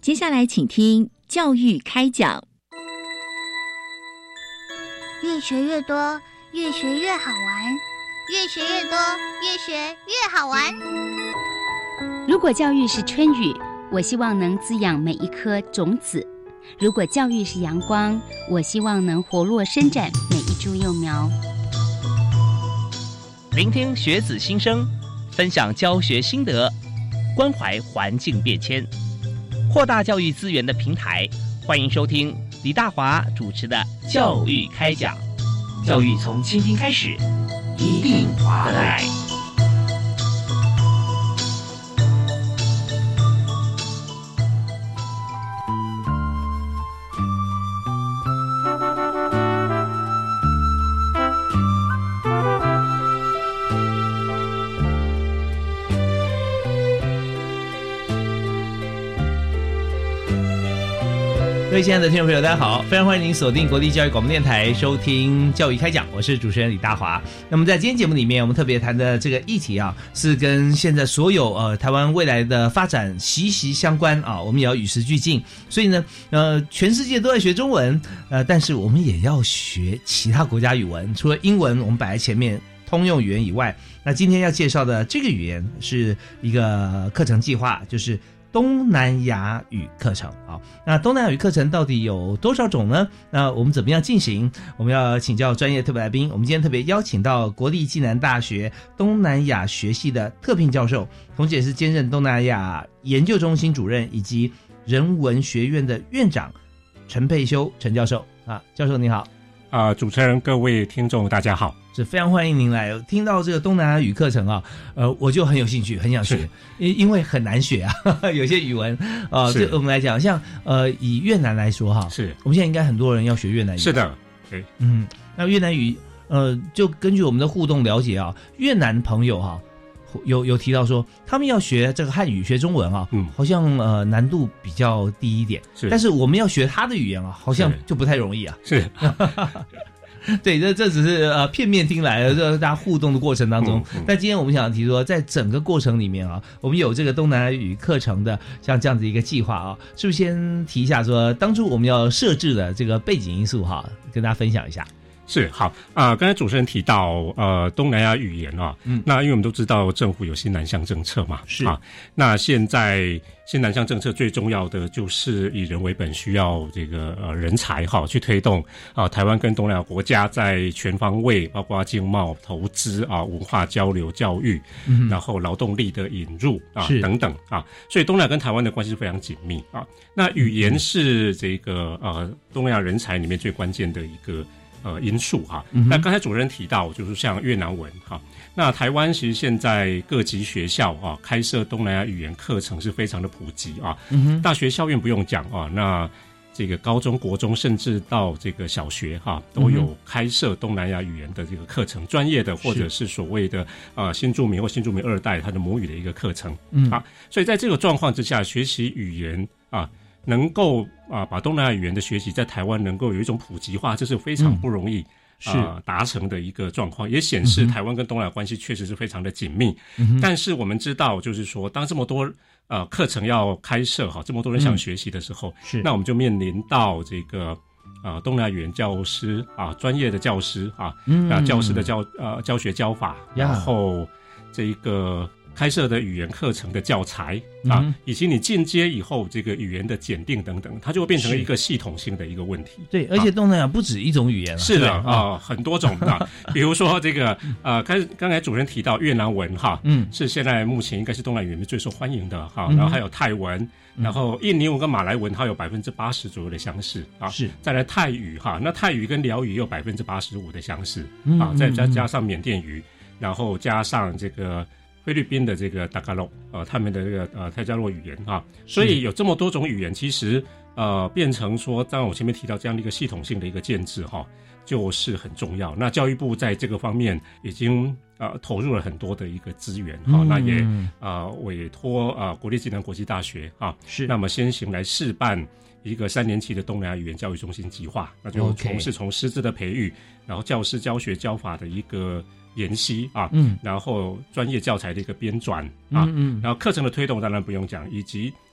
接下来请听教育开讲。 越学越多，越学越好玩，越学越多，越学越好玩。 如果教育是春雨，我希望能滋养每一颗种子；如果教育是阳光，我希望能活络伸展每一株幼苗。 聆听学子心声，分享教学心得，关怀环境变迁，扩大教育资源的平台。欢迎收听李大华主持的教育开讲。教育从倾听开始，一定划得来。各位亲爱的听众朋友，大家好，非常欢迎您锁定国立教育广播电台收听教育开讲，我是主持人李大华。那么在今天节目里面，我们特别谈的这个议题啊，是跟现在所有台湾未来的发展息息相关啊，我们也要与时俱进。所以呢，全世界都在学中文，但是我们也要学其他国家语文，除了英文我们摆在前面通用语言以外，那今天要介绍的这个语言是一个课程计划，就是东南亚语课程啊。那东南亚语课程到底有多少种呢？那我们怎么样进行？我们要请教专业特别来宾。我们今天特别邀请到国立暨南大学东南亚学系的特聘教授，同时也是兼任东南亚研究中心主任以及人文学院的院长陈佩修陈教授啊。教授你好。 主持人各位听众大家好。 是非常欢迎您来。听到这个东南亚语课程啊，我就很有兴趣，很想学，因为很难学啊，有些语文对我们来讲，像以越南来说哈， 是我们现在应该很多人要学越南语。 是的，对， 那越南语就根据我们的互动了解啊，越南朋友哈有提到说，他们要学这个汉语学中文啊，好像难度比较低一点，但是我们要学他的语言啊，好像就不太容易啊。是。对，这只是片面听来的，这大家互动的过程当中。但今天我们想提说，在整个过程里面啊，我们有这个东南亚语课程的像这样子一个计划啊，是不是先提一下说，当初我们要设置的这个背景因素哈，跟大家分享一下。 是好刚才主持人提到东南亚语言啊，那因为我们都知道政府有新南向政策嘛，是那现在新南向政策最重要的就是以人为本，需要这个人才去推动台湾跟东南亚国家在全方位，包括经贸、投资文化交流、教育，然后劳动力的引入等等所以东南亚跟台湾的关系非常紧密那语言是这个东南亚人才里面最关键的一个因素那刚才主持人提到就是像越南文那台湾其实现在各级学校开设东南亚语言课程是非常的普及大学校院不用讲那这个高中国中甚至到这个小学都有开设东南亚语言的这个课程，专业的或者是所谓的新住民或新住民二代他的母语的一个课程所以在这个状况之下，学习语言能够把东南亚语言的学习在台湾能够有一种普及化，这是非常不容易达成的一个状况，也显示台湾跟东南亚关系确实是非常的紧密但是我们知道就是说，当这么多课程要开设这么多人想学习的时候那我们就面临到这个东南亚语言教师专业的教师教师的教学教法然后这个开设的语言课程的教材以及你进阶以后这个语言的检定等等，它就会变成一个系统性的一个问题。 对，而且东南亚不止一种语言是的很多种比如说这个刚才主持人提到越南文是现在目前应该是东南亚语言最受欢迎的然后还有泰文然后印尼文跟马来文它有 80% 左右的相似是再来泰语那泰语跟辽语也有 85% 的相似再加上缅甸语，然后加上这个菲律宾的这个达嘎洛他们的这个泰加洛语言所以有这么多种语言，其实变成说当然我前面提到这样的一个系统性的一个建制就是很重要。那教育部在这个方面已经投入了很多的一个资源那也委托国立暨南国际大学是那么先行来试办一个3年期的东南亚语言教育中心计划，那就从师资的培育，然后教师教学教法的一个研析然后专业教材的一个编纂然后课程的推动当然不用讲，以及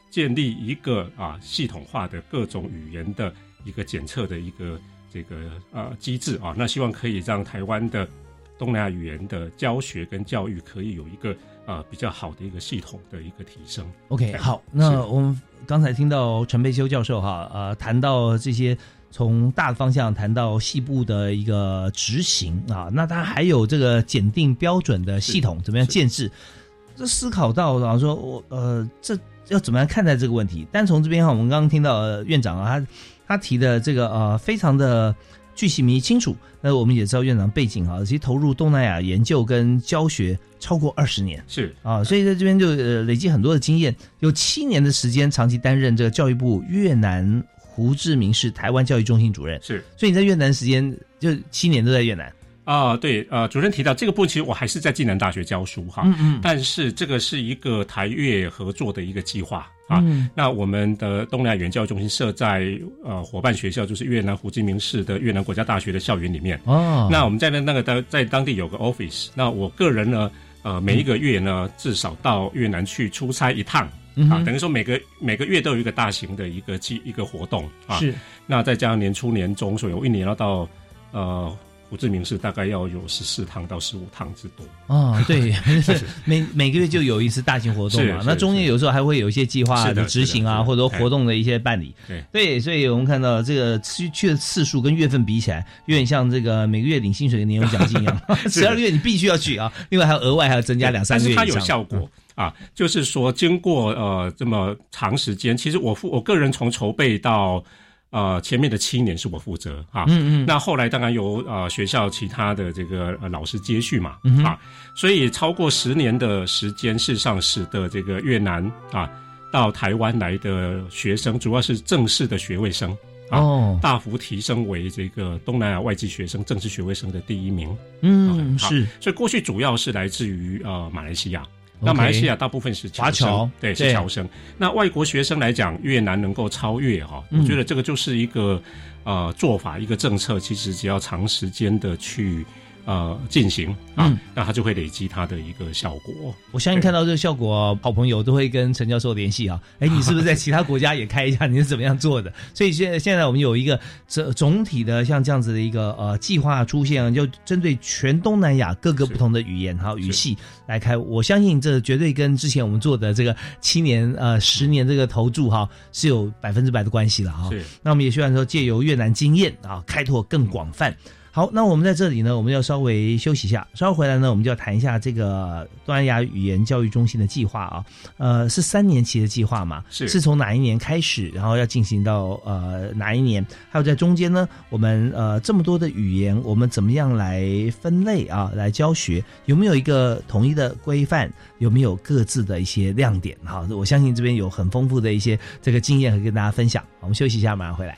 建立一个系统化的各种语言的一个检测的一个机制啊，那希望可以让台湾的东南亚语言的教学跟教育可以有一个比较好的一个系统的一个提升。 OK， 好，那我们刚才听到陈培修教授谈到这些从大的方向谈到细部的一个执行啊，那它还有这个检定标准的系统怎么样建制，这思考到说这要怎么样看待这个问题。但从这边我们刚刚听到院长他提的这个非常的巨细靡清楚。那我们也知道院长背景其实投入东南亚研究跟教学超过20年， 是所以在这边就累积很多的经验，有7年的时间长期担任这个教育部越南胡志明市台湾教育中心主任。 是， 所以你在越南时间就7年都在越南。 对，主任提到这个部分，其实我还是在暨南大学教书但是这个是一个台越合作的一个计划那我们的东南亚语言教育中心设在伙伴学校，就是越南胡志明市的越南国家大学的校园里面。那我们在在当地有个 office， 那我个人呢每一个月呢至少到越南去出差一趟等于说每个月都有一个大型的一个活动是。那再加上年初年终，所以我一年要到胡志明市大概要有14趟到15趟之多对每个月就有一次大型活动嘛，那中间有时候还会有一些计划的执行或者说活动的一些办理。对，所以我们看到这个去的次数跟月份比起来，有点像这个每个月领薪水的年终奖金一样12个月你必须要去另外还有额外还要增加2-3个月以上。 但是它有效果就是说经过这么长时间，其实我个人从筹备到前面的7年是我负责那后来当然由学校其他的这个老师接续嘛所以超过10年的时间，事实上使得这个越南到台湾来的学生，主要是正式的学位生大幅提升为这个东南亚外籍学生正式学位生的第1名。 是。 所以过去主要是来自于马来西亚。那马来西亚大部分是侨生，对，是侨生。那外国学生来讲，越南能够超越我觉得这个就是一个做法，一个政策，其实只要长时间的去进行那它就会累积它的一个效果。 我相信看到这个效果好朋友都会跟陈教授联系你是不是在其他国家也开一下你是怎么样做的所以现在我们有一个总体的像这样子的一个计划出现，就针对全东南亚各个不同的语言语系来开。我相信这绝对跟之前我们做的这个7年10年这个投注是有100%的关系了那我们也希望说借由越南经验开拓更广泛。好，那我们在这里呢，我们要稍微休息一下，稍后回来呢，我们就要谈一下这个东南亚语言教育中心的计划是3年期的计划嘛？是从哪一年开始，然后要进行到哪一年？还有在中间呢，我们这么多的语言，我们怎么样来分类来教学？有没有一个统一的规范？有没有各自的一些亮点？我相信这边有很丰富的一些这个经验和跟大家分享。我们休息一下，马上回来。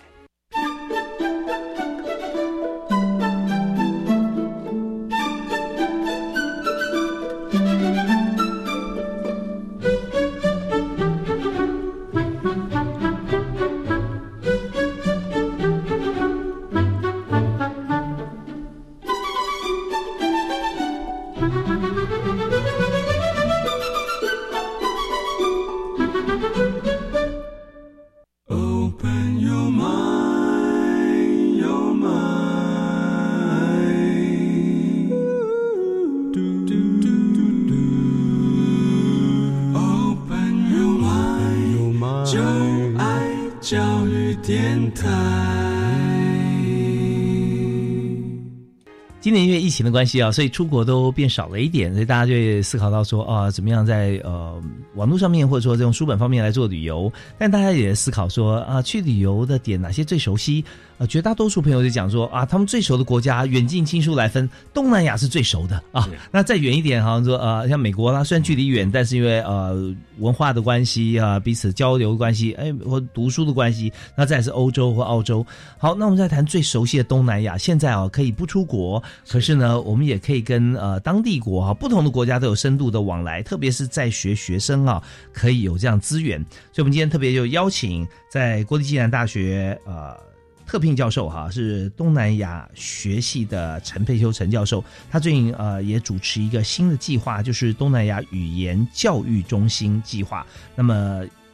今年因为疫情的关系所以出国都变少了一点，所以大家就会思考到说怎么样在网络上面或者说这种书本方面来做旅游。但大家也思考说去旅游的点哪些最熟悉？绝大多数朋友就讲说他们最熟的国家远近亲疏来分，东南亚是最熟的那再远一点，好像说像美国啦，虽然距离远，但是因为文化的关系彼此交流的关系，或读书的关系，那再来是欧洲或澳洲。好，那我们再谈最熟悉的东南亚，现在可以不出国，可是呢，我们也可以跟当地国不同的国家都有深度的往来，特别是在学生可以有这样资源。所以我们今天特别就邀请在国立暨南大学特聘教授是东南亚学系的陈培修陈教授，他最近也主持一个新的计划，就是东南亚语言教育中心计划。那么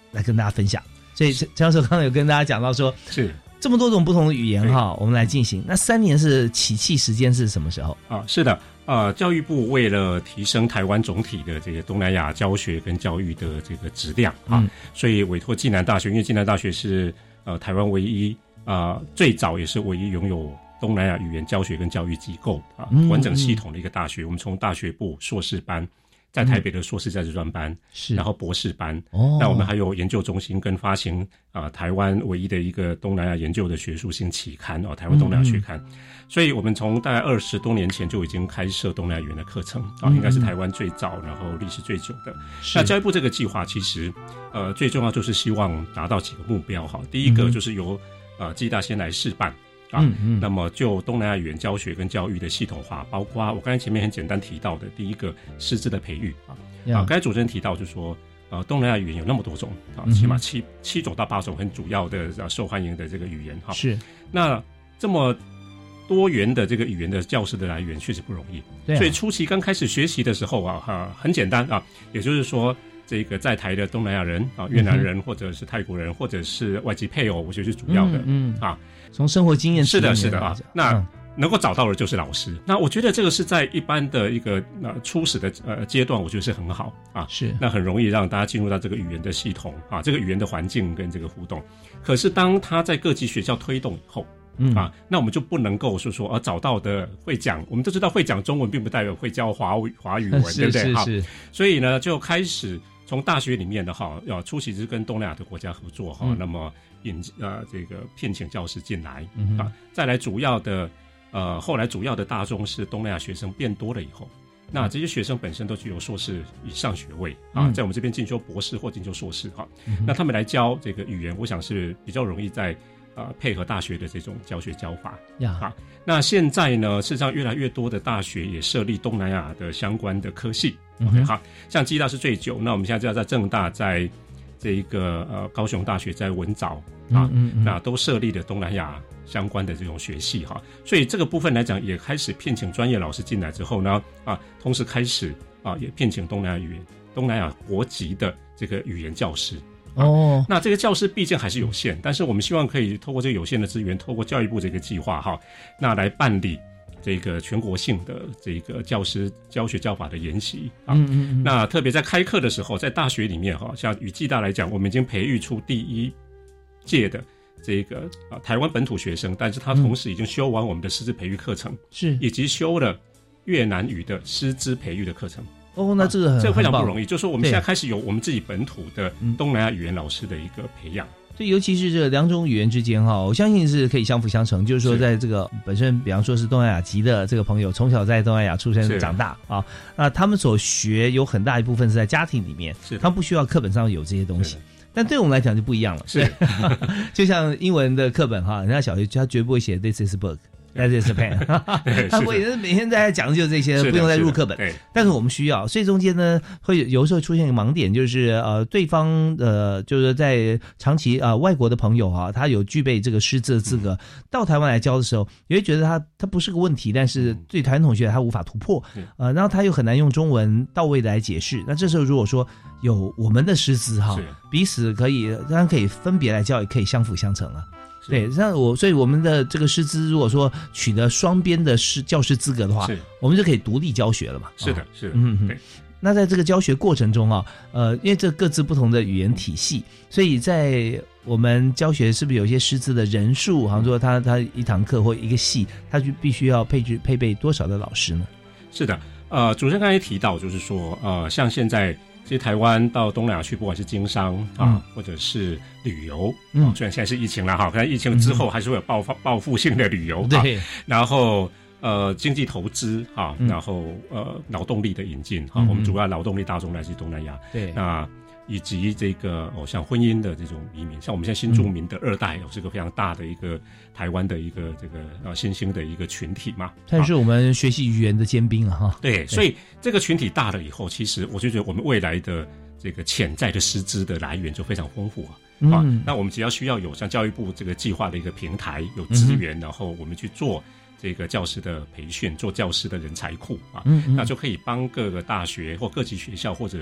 来跟大家分享。所以陈教授刚刚有跟大家讲到说， 是这么多种不同的语言哈，我们来进行。那3年是起讫时间是什么时候啊？是的，教育部为了提升台湾总体的这个东南亚教学跟教育的这个质量啊，所以委托暨南大学，因为暨南大学是台湾唯一最早也是唯一拥有东南亚语言教学跟教育机构完整系统的一个大学。我们从大学部硕士班，在台北的硕士在职专班，是，然后博士班。那我们还有研究中心跟发行台湾唯一的一个东南亚研究的学术性期刊台湾东南亚学刊。所以我们从大概20多年前就已经开设东南亚语言的课程应该是台湾最早然后历史最久的。那教育部这个计划其实最重要就是希望达到几个目标第一个就是由暨大先来示范那么就东南亚语言教学跟教育的系统化，包括我刚才前面很简单提到的第一个师资的培育刚才主持人提到就是说东南亚语言有那么多种起码7种到8种很主要的受欢迎的这个语言是， 那这么多元的这个语言的教师的来源确实不容易，所以初期刚开始学习的时候很简单也就是说这个在台的东南亚人越南人或者是泰国人或者是外籍配偶，我觉得是主要的从生活经验是的那能够找到的就是老师。那我觉得这个是在一般的一个初始的阶段，我觉得是很好是， 那很容易让大家进入到这个语言的系统这个语言的环境跟这个互动。可是当他在各级学校推动以后那我们就不能够说找到的会讲，我们都知道会讲中文并不代表会教华语文对不对是所以呢就开始从大学里面的初期是跟东南亚的国家合作那么这个聘请教师进来再来主要的后来主要的大众是东南亚学生变多了以后，那这些学生本身都具有硕士以上学位在我们这边进修博士或进修硕士那他们来教这个语言，我想是比较容易在配合大学的这种教学教法那现在呢事实上越来越多的大学也设立东南亚的相关的科系像暨大是最久，那我们现在知道在政大，在这一个高雄大学，在文藻那都设立了东南亚相关的这种学系所以这个部分来讲也开始聘请专业老师进来之后呢同时开始也聘请东南亚语言东南亚国籍的这个语言教师那这个教师毕竟还是有限，但是我们希望可以透过这个有限的资源，透过教育部这个计划那来办理这个全国性的这个教师教学教法的研习那特别在开课的时候，在大学里面像以暨大来讲，我们已经培育出第1届的这个台湾本土学生，但是他同时已经修完我们的师资培育课程是以及修了越南语的师资培育的课程那这个非常不容易，就是说我们现在开始有我们自己本土的东南亚语言老师的一个培养所以尤其是这2种语言之间我相信是可以相辅相成，就是说在这个本身比方说是东南亚籍的这个朋友从小在东南亚出生长大那他们所学有很大一部分是在家庭里面，他们不需要课本上有这些东西，但对我们来讲就不一样了是就像英文的课本人家小学他绝不会写 This is book，That is a pen 他不会每天在讲的就是这些，不用再入课本，但是我们需要，所以中间呢会有时候出现一个盲点，就是对方就是在长期外国的朋友他有具备这个师资的资格到台湾来教的时候，也会觉得他不是个问题，但是对台湾同学他无法突破然后他又很难用中文到位的来解释，那这时候如果说有我们的师资彼此可以当然可以分别来教，也可以相辅相成对，所以我们的这个师资如果说取得双边的教师资格的话，我们就可以独立教学了嘛。 是的，是的，对。 那在这个教学过程中因为这各自不同的语言体系，所以在我们教学是不是有一些师资的人数，好像说他一堂课或一个系，他就必须要配备多少的老师呢？ 是的，主持人刚才提到，就是说像现在。其实台湾到东南亚去，不管是经商或者是旅游虽然现在是疫情了可能疫情之后还是会有报复性的旅游对然后经济投资然后劳动力的引进我们主要劳动力大众来自东南亚对那以及这个像婚姻的这种移民，像我们现在新住民的2代是个非常大的一个台湾的一个这个新兴的一个群体嘛， 它是我们学习语言的尖兵对，所以这个群体大了以后，其实我就觉得我们未来的这个潜在的师资的来源就非常丰富那我们只要需要有像教育部这个计划的一个平台有资源然后我们去做这个教师的培训，做教师的人才库那就可以帮各个大学或各级学校或者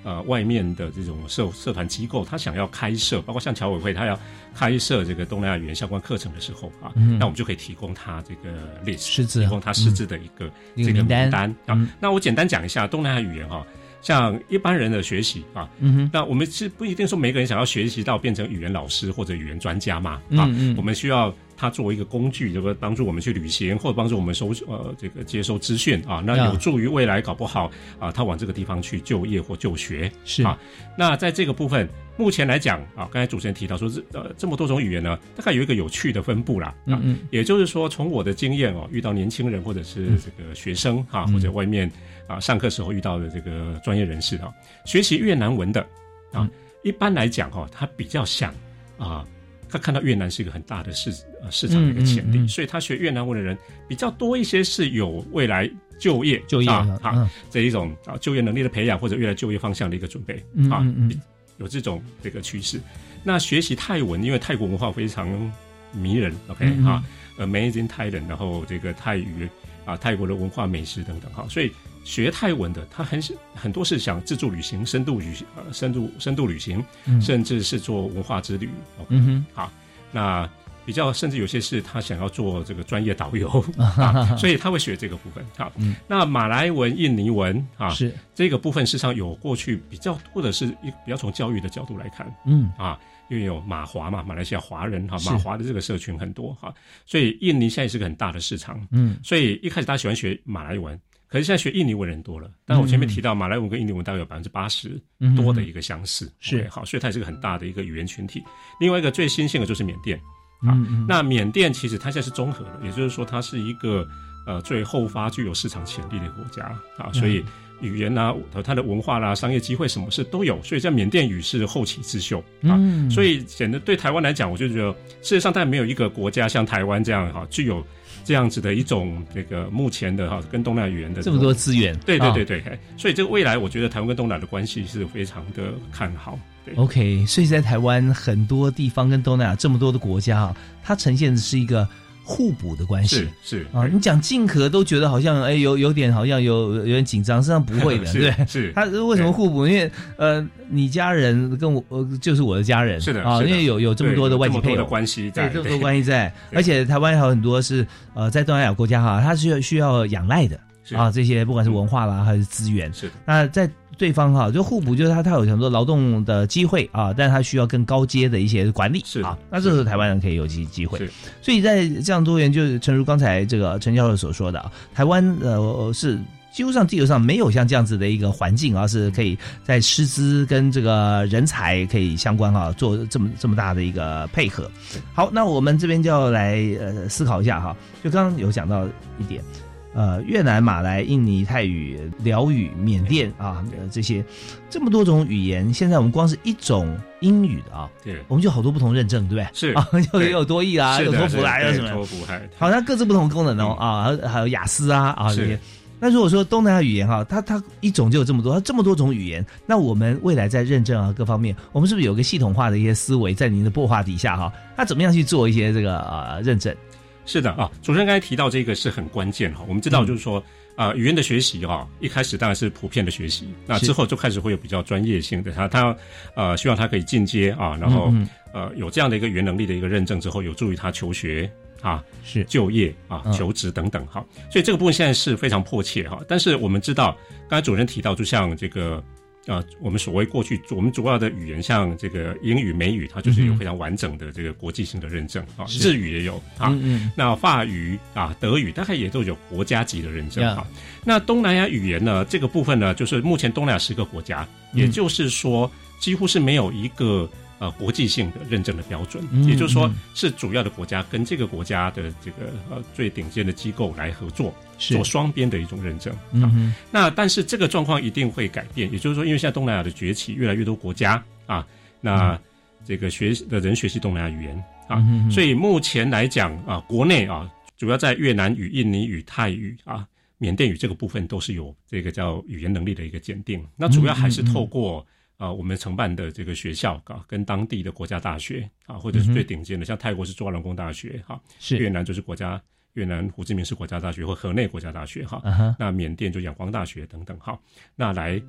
外面的这种社团机构，他想要开设，包括像侨委会，他要开设这个东南亚语言相关课程的时候啊，那我们就可以提供他这个 list， 提供他师资的一个这个名单啊。那我简单讲一下东南亚语言哈。像一般人的学习啊，那我们是不一定说每个人想要学习到变成语言老师或者语言专家嘛，我们需要它作为一个工具，这个帮助我们去旅行，或者帮助我们这个接收资讯啊，那有助于未来搞不好啊，他往这个地方去就业或就学是啊。那在这个部分，目前来讲啊，刚才主持人提到说这么多种语言呢，大概有一个有趣的分布啦，也就是说，从我的经验哦，遇到年轻人或者是这个学生哈，或者外面上课时候遇到的这个专业人士啊，学习越南文的啊，一般来讲哈，他比较想他看到越南是一个很大的市场的一个潜力，所以他学越南文的人比较多一些，是有未来就业这一种就业能力的培养或者未来就业方向的一个准备有这种这个趋势。那学习泰文，因为泰国文化非常迷人 ，OK Amazing Thailand， 然后这个泰语泰国的文化美食等等所以学泰文的他很多是想自助旅行、深度旅行，甚至是做文化之旅。那比较甚至有些是他想要做这个专业导游所以他会学这个部分。那马来文、印尼文是这个部分，事实上有过去比较多的是比较从教育的角度来看，因为有马华嘛，马来西亚华人马华的这个社群很多所以印尼现在是个很大的市场，所以一开始大家喜欢学马来文。可是现在学印尼文人多了，但我前面提到马来文跟印尼文大概有80%多的一个相似，是好，所以它也是个很大的一个语言群体。另外一个最新兴的就是缅甸那缅甸其实它现在是综合的，也就是说它是一个最后发具有市场潜力的国家所以语言它的文化啦、商业机会什么事都有，所以像缅甸语是后起之秀所以显得对台湾来讲，我就觉得事实上当然没有一个国家像台湾这样具有这样子的一种这个目前的跟东南亚语言的这么多资源， 对，所以这个未来我觉得台湾跟东南亚的关系是非常的看好。 OK， 所以在台湾很多地方跟东南亚这么多的国家它呈现的是一个互补的关系， 是你讲竞合都觉得好像有点好像有点紧张，实际上不会的，对， 是他为什么互补？因为你家人跟我就是我的家人， 是的因为有这么多的外籍配偶的关系在， 这么多关系在，而且台湾还有很多是在东南亚国家它是需要仰赖的这些不管是文化啦还是资源， 是的。那在对方就互补，就是他有很多劳动的机会但是他需要更高阶的一些管理那这时候台湾人可以有机会。所以在这样多元，就是诚如刚才这个陈教授所说的台湾是几乎上地球上没有像这样子的一个环境是可以在师资跟这个人才可以相关做这么大的一个配合。好，那我们这边就要来思考一下就刚刚有讲到一点。越南、马来、印尼、泰语、辽语、缅甸这么多种语言，现在我们光是一种英语的对， 我们就好多不同认证，对不对？ 是有多益有托福啦，有什么托福好像各自不同功能还有雅思这些。那如果说东南亚语言它一种就有这么多，它这么多种语言，那我们未来在认证各方面，我们是不是有个系统化的一些思维在您的擘画底下那怎么样去做一些这个认证？ 是的主持人刚才提到这个是很关键我们知道就是说语言的学习一开始当然是普遍的学习，那之后就开始会有比较专业性的，他希望他可以进阶然后有这样的一个语言能力的一个认证之后，有助于他求学是就业求职等等所以这个部分现在是非常迫切但是我们知道刚才主持人提到，就像这个我们所谓过去我们主要的语言，像这个英语、美语，它就是有非常完整的这个国际性的认证日语也有那法语德语大概也都有国家级的认证那东南亚语言呢，这个部分呢，就是目前东南亚10个国家，也就是说几乎是没有一个国际性的认证的标准，也就是说是主要的国家跟这个国家的这个最顶尖的机构来合作，做双边的一种认证那但是这个状况一定会改变，也就是说因为现在东南亚的崛起，越来越多国家那这个人学习东南亚语言所以目前来讲国内主要在越南语、印尼语、泰语缅甸语这个部分都是有这个叫语言能力的一个检定，那主要还是透过我们承办的这个学校跟当地的国家大学或者是最顶尖的，像泰国是中华人工大学是越南就是越南胡志明市国家大学或河内国家大学那缅甸就仰光大学等等那来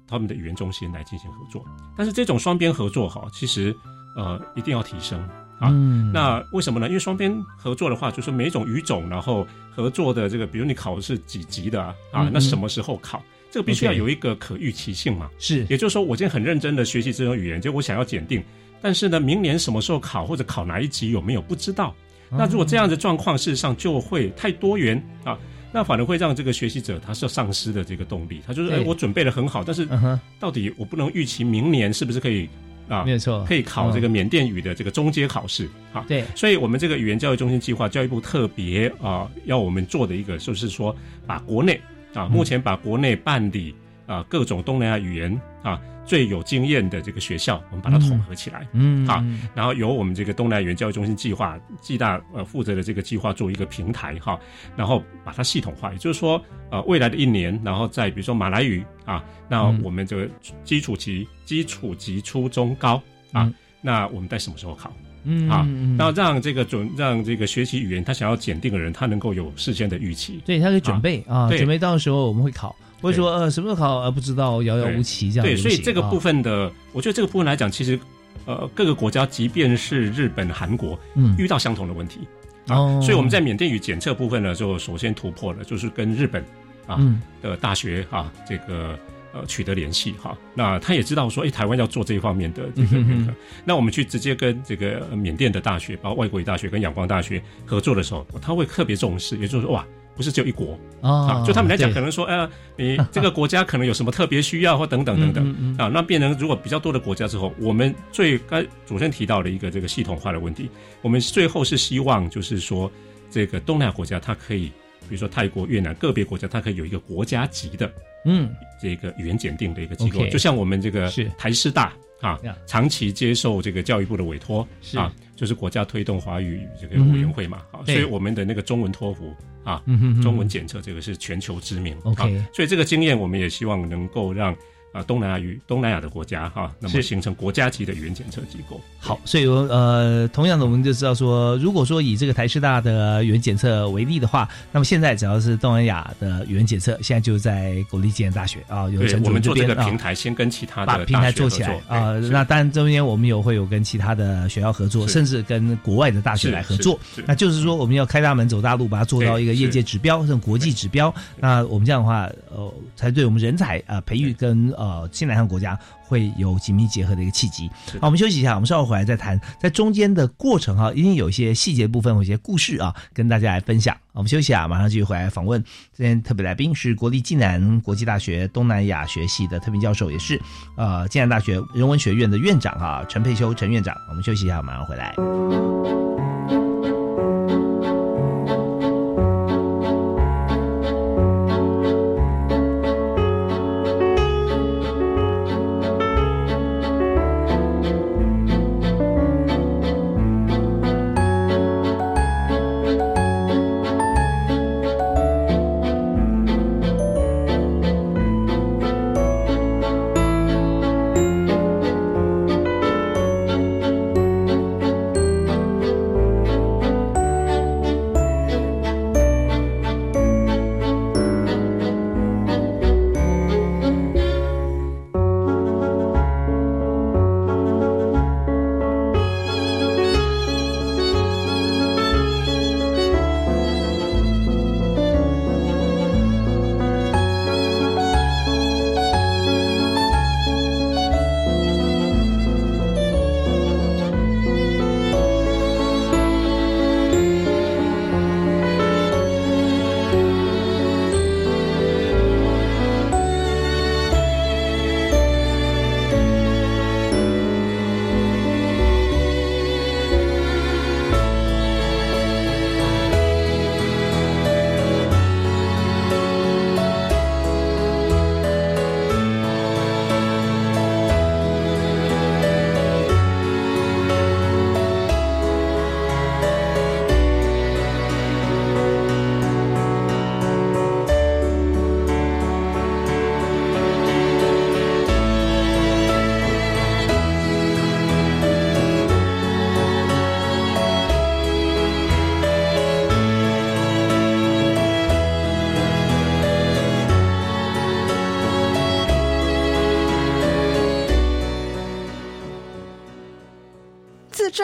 他们的语言中心来进行合作。但是这种双边合作哈，其实一定要提升啊。那为什么呢？因为双边合作的话，就是每一种语种，然后合作的这个，比如你考试几级的那什么时候考？这个必须要有一个可预期性嘛。 是， 也就是说，我今天很认真的学习这种语言，就我想要检定，但是呢，明年什么时候考或者考哪一级有没有不知道。那如果这样的状况，事实上就会太多元啊。那反而会让这个学习者他是丧失的这个动力，他就是我准备得很好，但是到底我不能预期明年是不是可以没有错， 可以考这个缅甸语的这个中阶考试啊。 对， 所以我们这个语言教育中心计划，教育部特别要我们做的一个，就是说把国内目前把国内办理各种东南亚语言最有经验的这个学校，我们把它统合起来，然后由我们这个东南亚语言教育中心计划暨大负责的这个计划做一个平台然后把它系统化，也就是说未来的一年，然后在比如说马来语那我们这个基础级初中高那我们在什么时候考？然后让这个学习语言他想要检定的人，他能够有事先的预期， 对，他可以准备准备到时候我们会考。不会说什么时候考不知道，遥遥无期这样。 对，所以这个部分的，我觉得这个部分来讲，其实各个国家，即便是日本、韩国，遇到相同的问题所以我们在缅甸语检测部分呢，就首先突破了，就是跟日本的大学这个取得联系那他也知道说，台湾要做这一方面的这个那我们去直接跟这个缅甸的大学，包括外国语大学跟仰光大学合作的时候，他会特别重视，也就是说哇。不是只有一国就他们来讲，可能说你这个国家可能有什么特别需要或等等等等那变成如果比较多的国家之后，我们刚主持人提到的一个这个系统化的问题，我们最后是希望就是说，这个东南亚国家它可以，比如说泰国、越南个别国家，它可以有一个国家级的这个语言检定的一个机构，就像我们这个台师大长期接受这个教育部的委托就是国家推动华语这个委员会嘛所以我们的那个中文托福中文检测这个是全球知名所以这个经验我们也希望能够让东南亚的国家那么形成国家级的语言检测机构。 好，所以同样的我们就知道说，如果说以这个台师大的语言检测为例的话，那么现在只要是东南亚的语言检测，现在就在国立暨南大学有陈主任这边我们做这个平台先跟其他的把平台做起来那当然中间我们会有跟其他的学校合作，甚至跟国外的大学来合作，那就是说我们要开大门走大路，把它做到一个业界指标甚至国际指标。那我们这样的话才对我们人才培育跟新南向国家会有紧密结合的一个契机。好，我们休息一下，我们稍后回来再谈，在中间的过程一定有一些细节部分或一些故事跟大家来分享。我们休息马上继续回来访问今天特别来宾是国立暨南国际大学东南亚学系的特聘教授，也是暨南大学人文学院的院长陈佩修陈院长。我们休息一下，马上回来。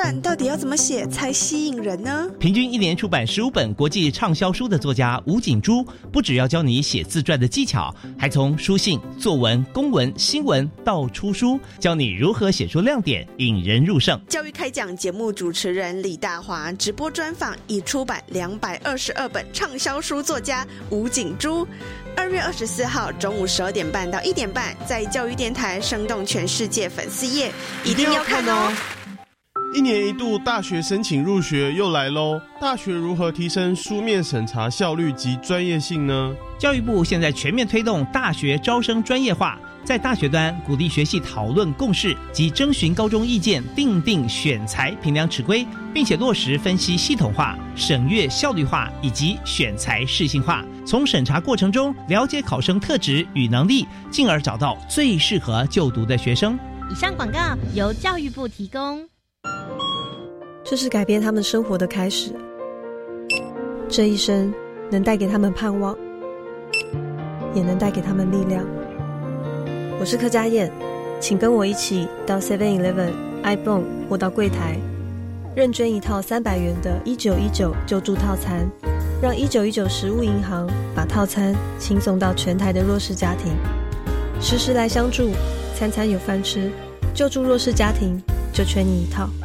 传到底要怎么写才吸引人呢？ 平均一年出版15本国际畅销书的作家吴景珠，不只要教你写自传的技巧，还从书信、作文、公文、新闻到出书，教你如何写出亮点，引人入胜。 教育开讲节目主持人李大华直播专访已出版222本畅销书作家吴景珠。2月24号中午12点半到1点半，在教育电台生动全世界粉丝页，一定要看哦。 1年1度大学申请入学又来咯，大学如何提升书面审查效率及专业性呢？ 教育部现在全面推动大学招生专业化，在大学端鼓励学系讨论共识及征询高中意见，订定选材评量尺规，并且落实分析系统化、审阅效率化以及选材适性化，从审查过程中了解考生特质与能力，进而找到最适合就读的学生。 以上广告由教育部提供。 这是改变他们生活的开始，这一生能带给他们盼望，也能带给他们力量。我是柯佳燕，请跟我一起到 7-Eleven、iPhone 或到柜台认捐一套300元的1919救助套餐，让1919食物银行把套餐轻送到全台的弱势家庭，时时来相助，餐餐有饭吃，救助弱势家庭就缺你一套。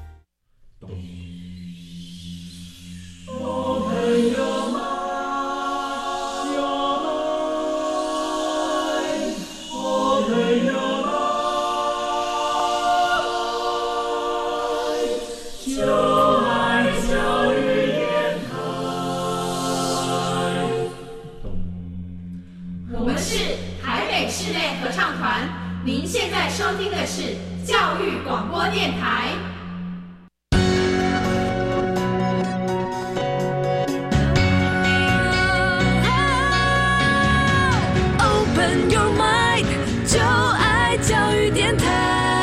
您现在收听的是教育广播电台。Open your mind， 就爱教育电台。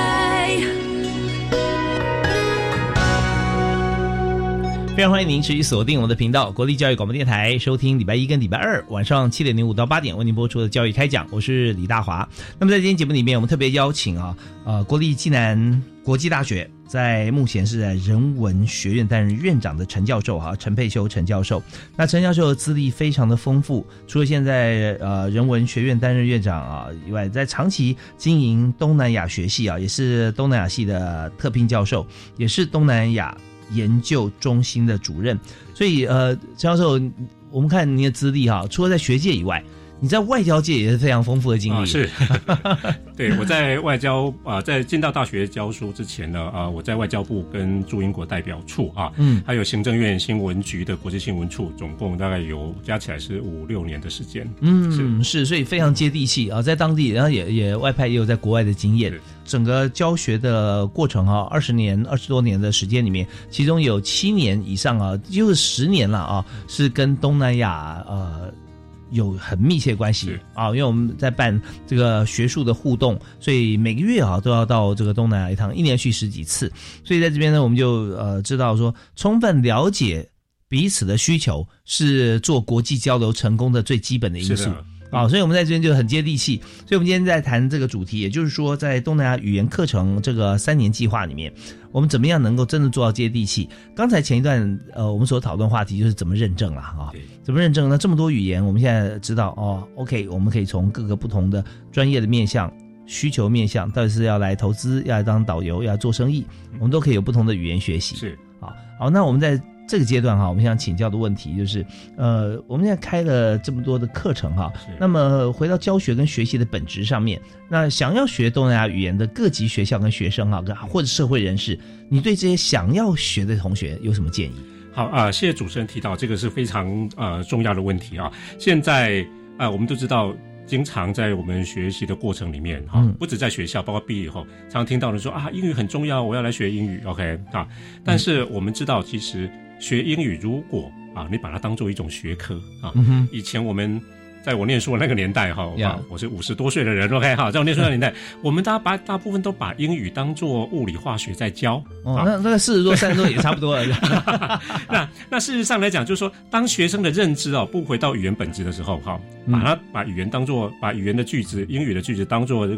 非常欢迎您持续锁定我们的频道国立教育广播电台，收听礼拜一跟礼拜二晚上7点05到8点为您播出的教育开讲，我是李大华。那么在今天节目里面，我们特别邀请国立暨南国际大学在目前是在人文学院担任院长的陈教授陈佩修陈教授。那陈教授的资历非常的丰富，除了现在人文学院担任院长以外，在长期经营东南亚学系也是东南亚系的特聘教授，也是东南亚研究中心的主任。所以陈教授，我们看您的资历除了在学界以外，你在外交界也是非常丰富的经历。 是对，我在外交在进到大学教书之前呢我在外交部跟驻英国代表处还有行政院新闻局的国际新闻处，总共大概有加起来是5-6年的时间。 是，所以非常接地气在当地，然后也外派，也有在国外的经验。整个教学的过程20多年的时间里面，其中有7年以上就是10年了是跟东南亚有很密切关系因为我们在办这个学术的互动，所以每个月都要到这个东南亚一趟，1年去10几次。所以在这边呢，我们就知道说，充分了解彼此的需求是做国际交流成功的最基本的因素。所以我们在这边就很接地气。所以我们今天在谈这个主题，也就是说在东南亚语言课程这个3年计划里面，我们怎么样能够真的做到接地气。刚才前一段我们所讨论话题就是怎么认证怎么认证呢？这么多语言，我们现在知道OK， 我们可以从各个不同的专业的面向、需求面向，到底是要来投资、要来当导游、要来做生意，我们都可以有不同的语言学习。 是好，那我们在这个阶段我们想请教的问题就是，我们现在开了这么多的课程那么回到教学跟学习的本质上面，那想要学东南亚语言的各级学校跟学生或者社会人士，你对这些想要学的同学有什么建议？ 好谢谢主持人提到这个是非常重要的问题现在我们都知道，经常在我们学习的过程里面不止在学校，包括毕业以后常听到人说英语很重要，我要来学英语 OK 但是我们知道，其实学英语如果你把它当做一种学科以前我们在我念书的那个年代我是50多岁的人 OK 在我念书的年代我们大部分都把英语当作物理化学在教那40多30多也差不多了那事实上来讲，就是说当学生的认知不回到语言本质的时候把语言的句子，英语的句子当作这个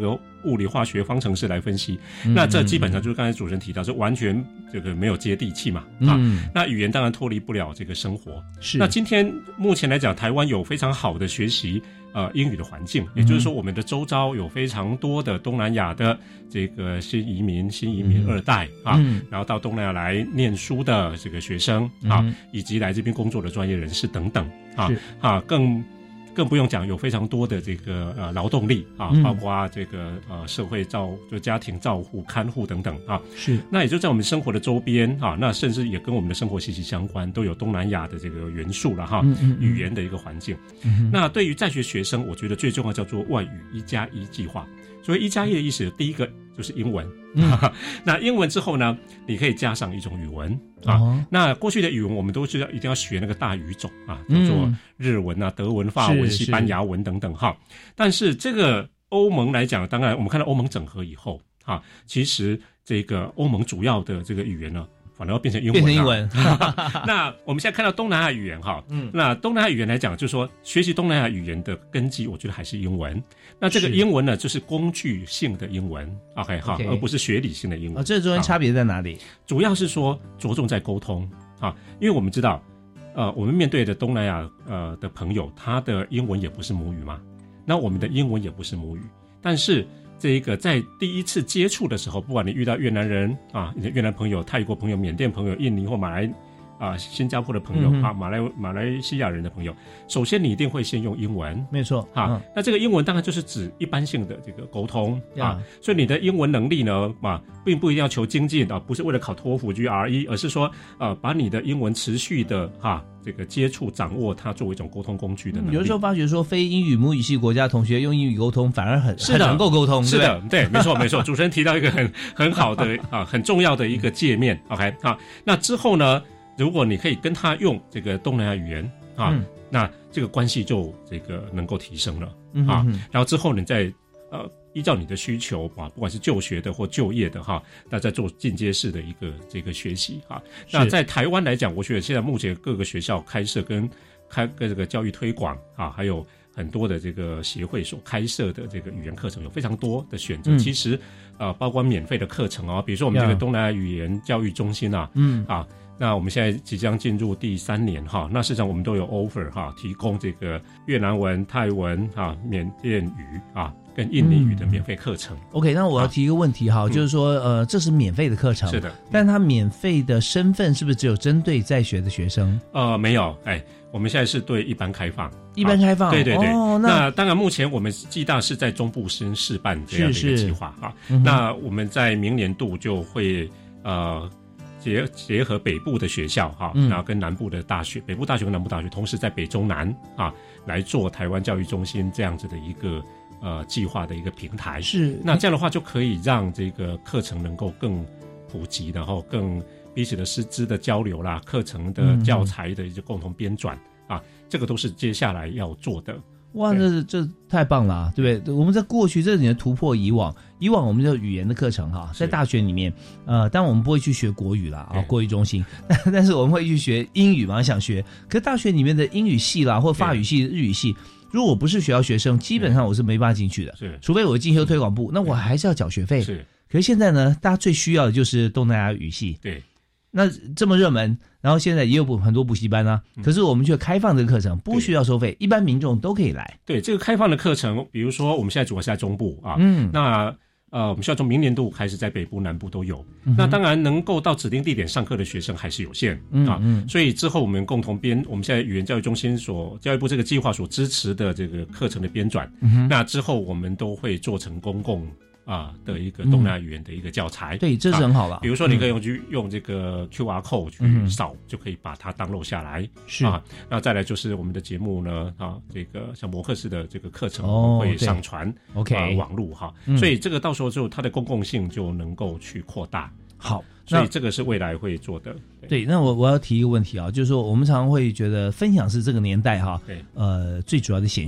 物理、化学、方程式来分析。那这基本上就是刚才主持人提到，是完全这个没有接地气嘛。那语言当然脱离不了这个生活。 是。 那今天目前来讲，台湾有非常好的学习英语的环境，也就是说，我们的周遭有非常多的东南亚的这个新移民二代然后到东南亚来念书的这个学生以及来这边工作的专业人士等等更不用讲，有非常多的这个劳动力包括这个社会就家庭照护、看护等等是。 那也就在我们生活的周边那甚至也跟我们的生活息息相关，都有东南亚的这个元素了语言的一个环境。那对于在学学生，我觉得最重要叫做外语1+1计划。所以1+1的意思，第一个就是英文。那英文之后呢，你可以加上一种语文那过去的语文我们都知道一定要学那个大语种叫做日文德文、法文、西班牙文等等但是这个欧盟来讲，当然我们看到欧盟整合以后其实这个欧盟主要的这个语言呢，反而要变成英文那我们现在看到东南亚语言那东南亚语言来讲，就是说学习东南亚语言的根基，我觉得还是英文。那这个英文呢，就是工具性的英文 OK 而不是学理性的英文。 这中间差别在哪里？ 主要是说着重在沟通因为我们知道我们面对的东南亚的朋友，他的英文也不是母语嘛，那我们的英文也不是母语，但是这个在第一次接触的时候，不管你遇到越南人你的越南朋友、泰国朋友、缅甸朋友、印尼或新加坡的朋友马来西亚人的朋友，首先你一定会先用英文， 没错那这个英文当然就是指一般性的这个沟通所以你的英文能力呢并不一定要求精进不是为了考托福 GRE， 而是说把你的英文持续的这个接触掌握它作为一种沟通工具的能力。 有的时候发觉说非英语母语系国家同学用英语沟通反而很能够沟通， 是的，对，没错没错。主持人提到一个很好的很重要的一个界面 OK 那之后呢，如果你可以跟他用这个东南亚语言那这个关系就这个能够提升了然后之后你再依照你的需求不管是就学的或就业的那再做进阶式的一个这个学习那在台湾来讲，我觉得现在目前各个学校开设跟这个教育推广还有很多的这个协会所开设的这个语言课程有非常多的选择。其实包括免费的课程比如说我们这个东南亚语言教育中心那我们现在即将进入第3年那事实上我们都有 offer 提供这个越南文、泰文缅甸语跟印尼语的免费课程。 OK， 那我要提一个问题就是说这是免费的课程， 是的， 但它免费的身份是不是只有针对在学的学生？ 没有，我们现在是对一般开放。 一般开放， 对对对。那当然，目前我们暨大是在中部先试办这样的一个计划那我们在明年度就会结合北部的学校然后跟南部的大学，北部大学跟南部大学同时在北中南来做台湾教育中心这样子的一个计划的一个平台。 是， 那这样的话就可以让这个课程能够更普及，然后更彼此的师资的交流啦，课程的教材的一些共同编纂这个都是接下来要做的。 哇，这太棒了对不对？我们在过去这几年突破以往我们就语言的课程在大学里面当然我们不会去学国语啦国语中心但是我们会去学英语嘛，想学。可是大学里面的英语系啦或法语系、日语系，如果我不是学校学生，基本上我是没办法进去的，除非我进修推广部，那我还是要缴学费。可是现在呢，大家最需要的就是东南亚语系。 对， 那这么热门，然后现在也有很多补习班可是我们却开放这个课程，不需要收费，一般民众都可以来。 对，这个开放的课程，比如说我们现在主要是在中部那我们需要从明年度开始在北部、南部都有。那当然能够到指定地点上课的学生还是有限所以之后我们共同我们现在语言教育中心教育部这个计划所支持的这个课程的编纂那之后我们都会做成公共的一个东南亚语言的一个教材。 对，这是很好了。 比如说你可以用这个 QR code 去扫就可以把它download下来。 是那再来就是我们的节目呢这个像摩克式的这个课程会上传网络所以这个到时候就它的公共性就能够去扩大。 好， 所以这个是未来会做的。 对，那我要提一个问题就是说我们常常会觉得分享是这个年代最主要的显学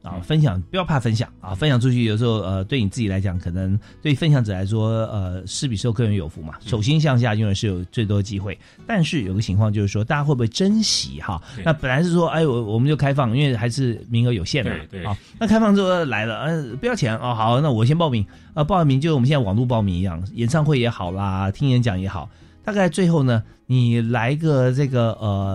啊，分享不要怕分享啊，分享出去有时候对你自己来讲，可能对分享者来说施比受更有福嘛，手心向下永远是有最多的机会。但是有个情况就是说，大家会不会珍惜哈？那本来是说我们就开放，因为还是名额有限嘛， 对啊，那开放之后来了不要钱哦，好，那我先报名报完名就我们现在网络报名一样，演唱会也好啦，听演讲也好，大概最后呢，你来个这个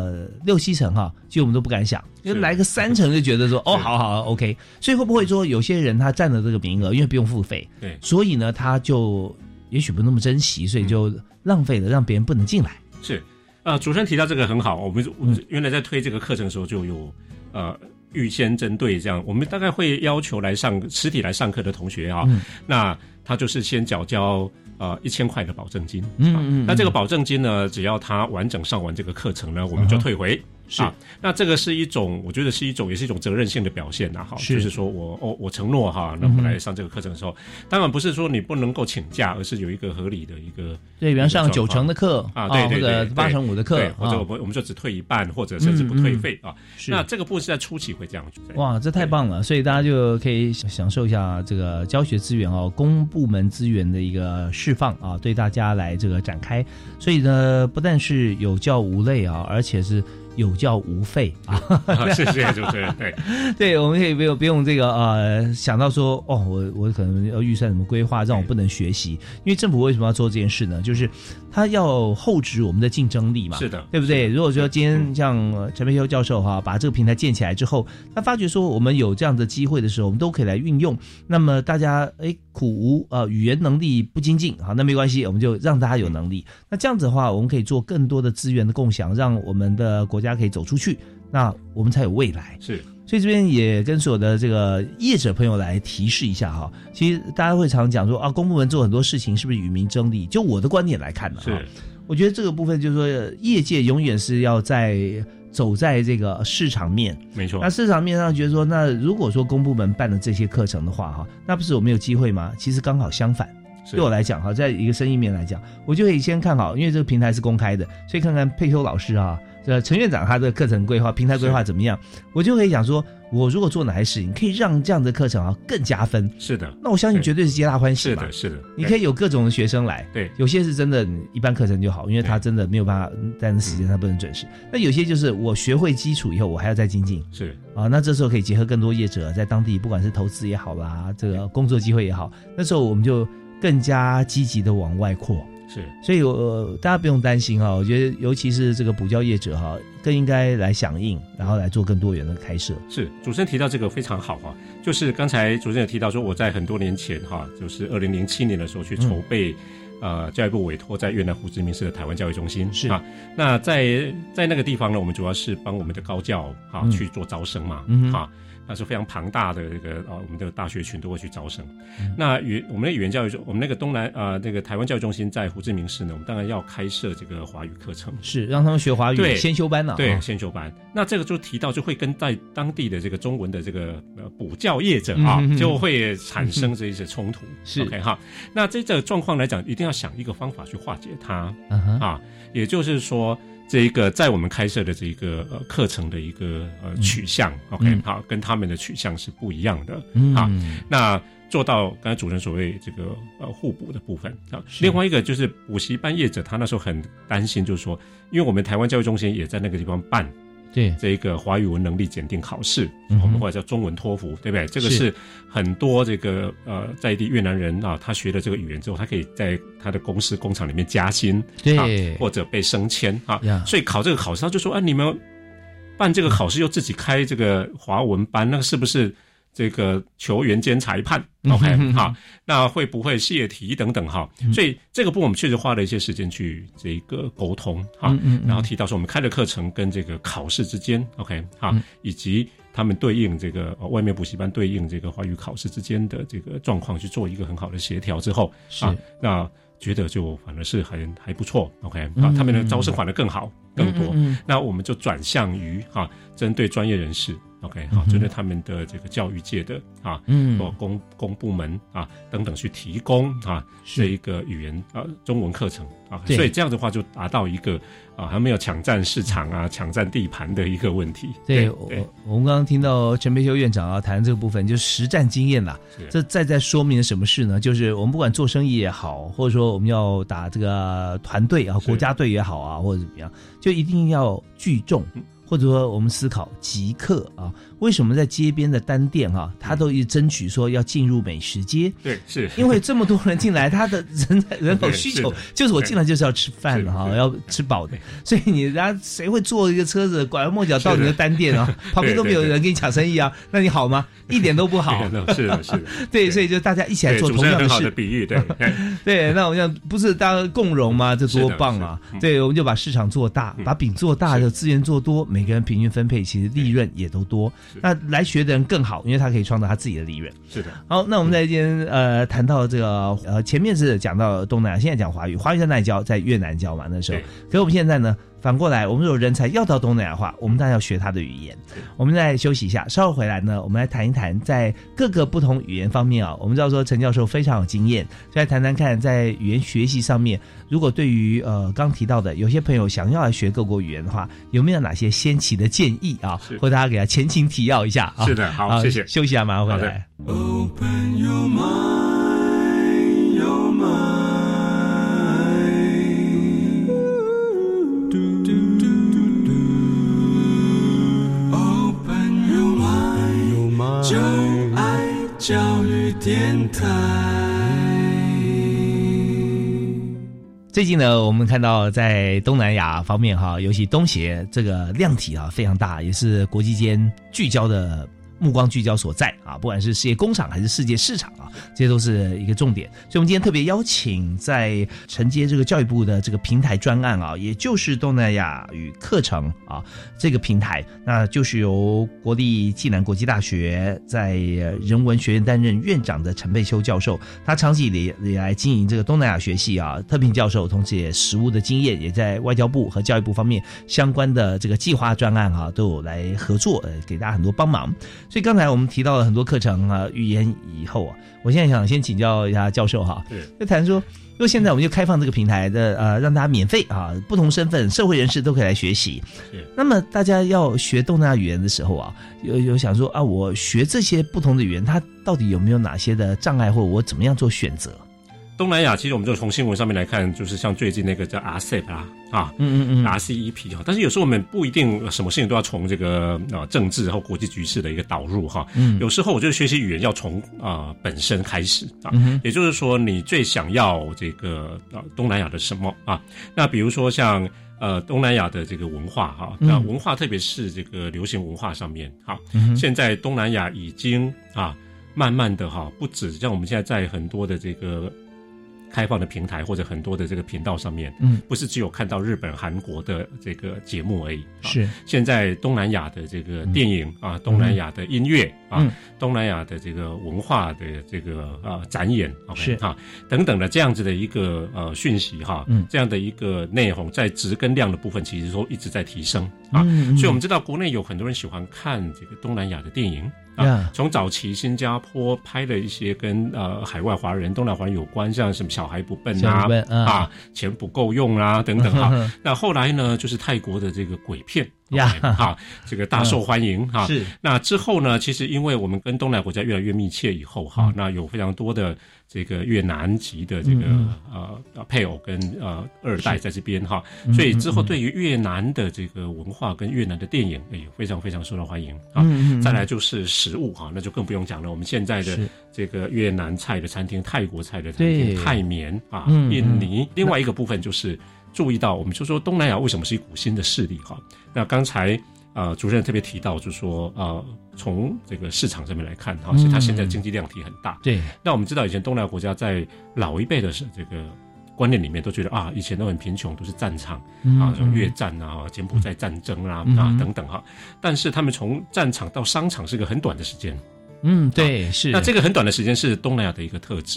6-7成哈，其实我们都不敢想，就来个3成就觉得说好 OK。所以会不会说有些人他占了这个名额，因为不用付费，对，所以呢他就也许不那么珍惜，所以就浪费了，让别人不能进来。 是主持人提到这个很好，我们原来在推这个课程的时候就有预先针对这样，我们大概会要求实体来上课的同学啊，那他就是先缴交1000块的保证金，那这个保证金呢，只要他完整上完这个课程呢，我们就退回。是那这个是一种，我觉得也是一种责任性的表现呐，哈，就是说我承诺哈，那我来上这个课程的时候，当然不是说你不能够请假，而是有一个合理的一个， 对，比方上9成的课啊，对， 或者8/5的课， 对，或者我们就只退一半，或者甚至不退费啊。那这个部分是在初期会这样去。 哇，这太棒了！所以大家就可以享受一下这个教学资源公部门资源的一个释放啊，对大家来这个展开。所以呢，不但是有教无类啊，而且是有教无费啊！ 是主持人，对对，我们可以不用这个想到说我可能要预算怎么规划，让我不能学习。因为政府为什么要做这件事呢？就是他要厚植我们的竞争力嘛， 是的， 对不对？如果说今天像陈培修教授把这个平台建起来之后，他发觉说我们有这样的机会的时候，我们都可以来运用。那么大家苦无语言能力不精进，好，那没关系，我们就让大家有能力。那这样子的话，我们可以做更多的资源的共享，让我们的国家可以走出去，那我们才有未来。 是。 所以这边也跟所有的这个业者朋友来提示一下哈，其实大家会常讲说公部门做很多事情是不是与民争利？就我的观点来看呢，是，我觉得这个部分就是说，业界永远是要走在这个市场面， 没错。 那市场面上觉得说，那如果说公部门办了这些课程的话那不是我们有机会吗？其实刚好相反。对我来讲在一个生意面来讲，我就可以先看好，因为这个平台是公开的，所以看看佩修老师陈院长他的课程规划、平台规划怎么样，我就可以讲说，我如果做哪些事情，可以让这样的课程更加分。 是的， 那我相信绝对是皆大欢喜嘛。 是的， 你可以有各种的学生来， 对， 有些是真的一般课程就好，因为他真的没有办法，但是时间他不能准时。那有些就是我学会基础以后，我还要再精进。 是那这时候可以结合更多业者在当地，不管是投资也好啦，这个工作机会也好，那时候我们就更加积极的往外扩。 是， 所以大家不用担心我觉得尤其是这个补教业者更应该来响应，然后来做更多元的开设。 是，主持人提到这个非常好就是刚才主持人有提到说，我在很多年前就是2007年的时候去筹备教育部委托在越南胡志明市的台湾教育中心是那在那个地方呢，我们主要是帮我们的高教去做招生嘛那是非常庞大的这个我们的大学群都会去招生。那我们的语言教育我们那个东南那个台湾教育中心在胡志明市呢，我们当然要开设这个华语课程， 是让他们学华语先修班对，先修班。那这个就提到就会跟在当地的这个中文的这个补教业者就会产生这一些冲突。 是 OK 那这个状况来讲，一定要想一个方法去化解它也就是说，这个在我们开设的这个课程的一个取向 ，OK， 跟他们的取向是不一样的那做到刚才主持人所谓这个互补的部分另外一个就是补习班业者，他那时候很担心，就是说，因为我们台湾教育中心也在那个地方办。 对这个华语文能力检定考试我们或者叫中文托福，对不对？这个是很多这个在地越南人他学了这个语言之后，他可以在他的公司工厂里面加薪， 对或者被升迁所以考这个考试，他就说你们办这个考试又自己开这个华文班，那个是不是这个球员兼裁判 OK 那会不会泄题等等所以这个部分我们确实花了一些时间去这个沟通然后提到说我们开的课程跟这个考试之间 OK 以及他们对应这个外面补习班对应这个华语考试之间的这个状况去做一个很好的协调之后那觉得就反而是还不错 OK 他们的招生反而更好更多那我们就转向于针对专业人士 OK， 好，针对他们的这个教育界的公部门啊等等去提供这一个语言中文课程啊，所以这样的话就达到一个还没有抢占市场抢占地盘的一个问题。 对，我们刚刚听到陈培修院长谈这个部分，就是实战经验啦。这在说明什么事呢？就是我们不管做生意也好，或者说我们要打这个团队国家队也好或者怎么样，就一定要聚众。或者说我们思考极客为什么在街边的单店他都一直争取说要进入美食街？ 对，是因为这么多人进来，他的人口需求就是我进来就是要吃饭要吃饱的，所以你谁会坐一个车子拐弯抹角到你的单店旁边都没有人跟你抢生意那你好吗？一点都不好。 是的， 对，所以就大家一起来做同样的事。 很好的比喻，对对，那我们讲不是大家共荣吗？这多棒啊！对，我们就把市场做大，把饼做大，的资源做多，每个人平均分配，其实利润也都多。那来学的人更好，因为他可以创造他自己的利润。 是的。 好，那我们在今天谈到这个前面是讲到东南亚，现在讲华语，华语在哪里教？在越南教嘛那时候。可是我们现在呢，反过来，我们有人才要到东南亚话，我们当然要学他的语言。我们再休息一下，稍后回来呢，我们来谈一谈在各个不同语言方面我们知道说陈教授非常有经验，所以来谈谈看在语言学习上面，如果对于刚提到的有些朋友想要来学各国语言的话，有没有哪些先期的建议或者大家给他前情提要一下是的，好，谢谢。 休息一下，马上回来。 Open your mind, your mind. Open your mind, 就爱教育电台。 最近呢，我们看到在东南亚方面尤其东协这个量体非常大，也是国际间聚焦的目光聚焦所在不管是世界工厂还是世界市场这些都是一个重点。所以我们今天特别邀请在承接这个教育部的这个平台专案也就是东南亚语课程这个平台，那就是由国立暨南国际大学在人文学院担任院长的陈培修教授，他长期以来经营这个东南亚学系特聘教授，同时也实务的经验，也在外交部和教育部方面相关的这个计划专案都有来合作，给大家很多帮忙。所以刚才我们提到了很多课程语言以后我现在想先请教一下教授就谈说，因为现在我们就开放这个平台的让大家免费不同身份社会人士都可以来学习。那么大家要学东南亚语言的时候有想说我学这些不同的语言，它到底有没有哪些的障碍，或者我怎么样做选择？ 东南亚其实我们就从新闻上面来看，就是像最近那个叫 RCEP RCEP 但是有时候我们不一定什么事情都要从这个政治和国际局势的一个导入有时候我觉得学习语言要从本身开始也就是说你最想要这个东南亚的什么那比如说像东南亚的这个文化那文化特别是这个流行文化上面现在东南亚已经慢慢的不止像我们现在在很多的这个开放的平台或者很多的这个频道上面不是只有看到日本韩国的这个节目而已是现在东南亚的这个电影东南亚的音乐东南亚的这个文化的这个展演是等等的这样子的一个讯息这样的一个内容在质跟量的部分其实都一直在提升所以我们知道国内有很多人喜欢看这个东南亚的电影从早期新加坡拍了一些跟海外华人东南亚华人有关，像什么小孩不笨钱不够用等等那后来呢就是泰国的这个鬼片这个大受欢迎是那之后呢其实因为我们跟东南亚国家越来越密切以后那有非常多的这个越南籍的这个配偶跟二代在这边所以之后对于越南的这个文化跟越南的电影也非常非常受到欢迎再来就是食物那就更不用讲了，我们现在的这个越南菜的餐厅泰国菜的餐厅泰缅印尼另外一个部分就是注意到我们就说东南亚为什么是一股新的势力那刚才主持人特别提到就是说从这个市场上面来看其实它现在经济量体很大对那我们知道以前东南亚国家在老一辈的这个观念里面都觉得以前都很贫穷，都是战场像越战柬埔寨战争等等但是他们从战场到商场是个很短的时间对是那这个很短的时间是东南亚的一个特质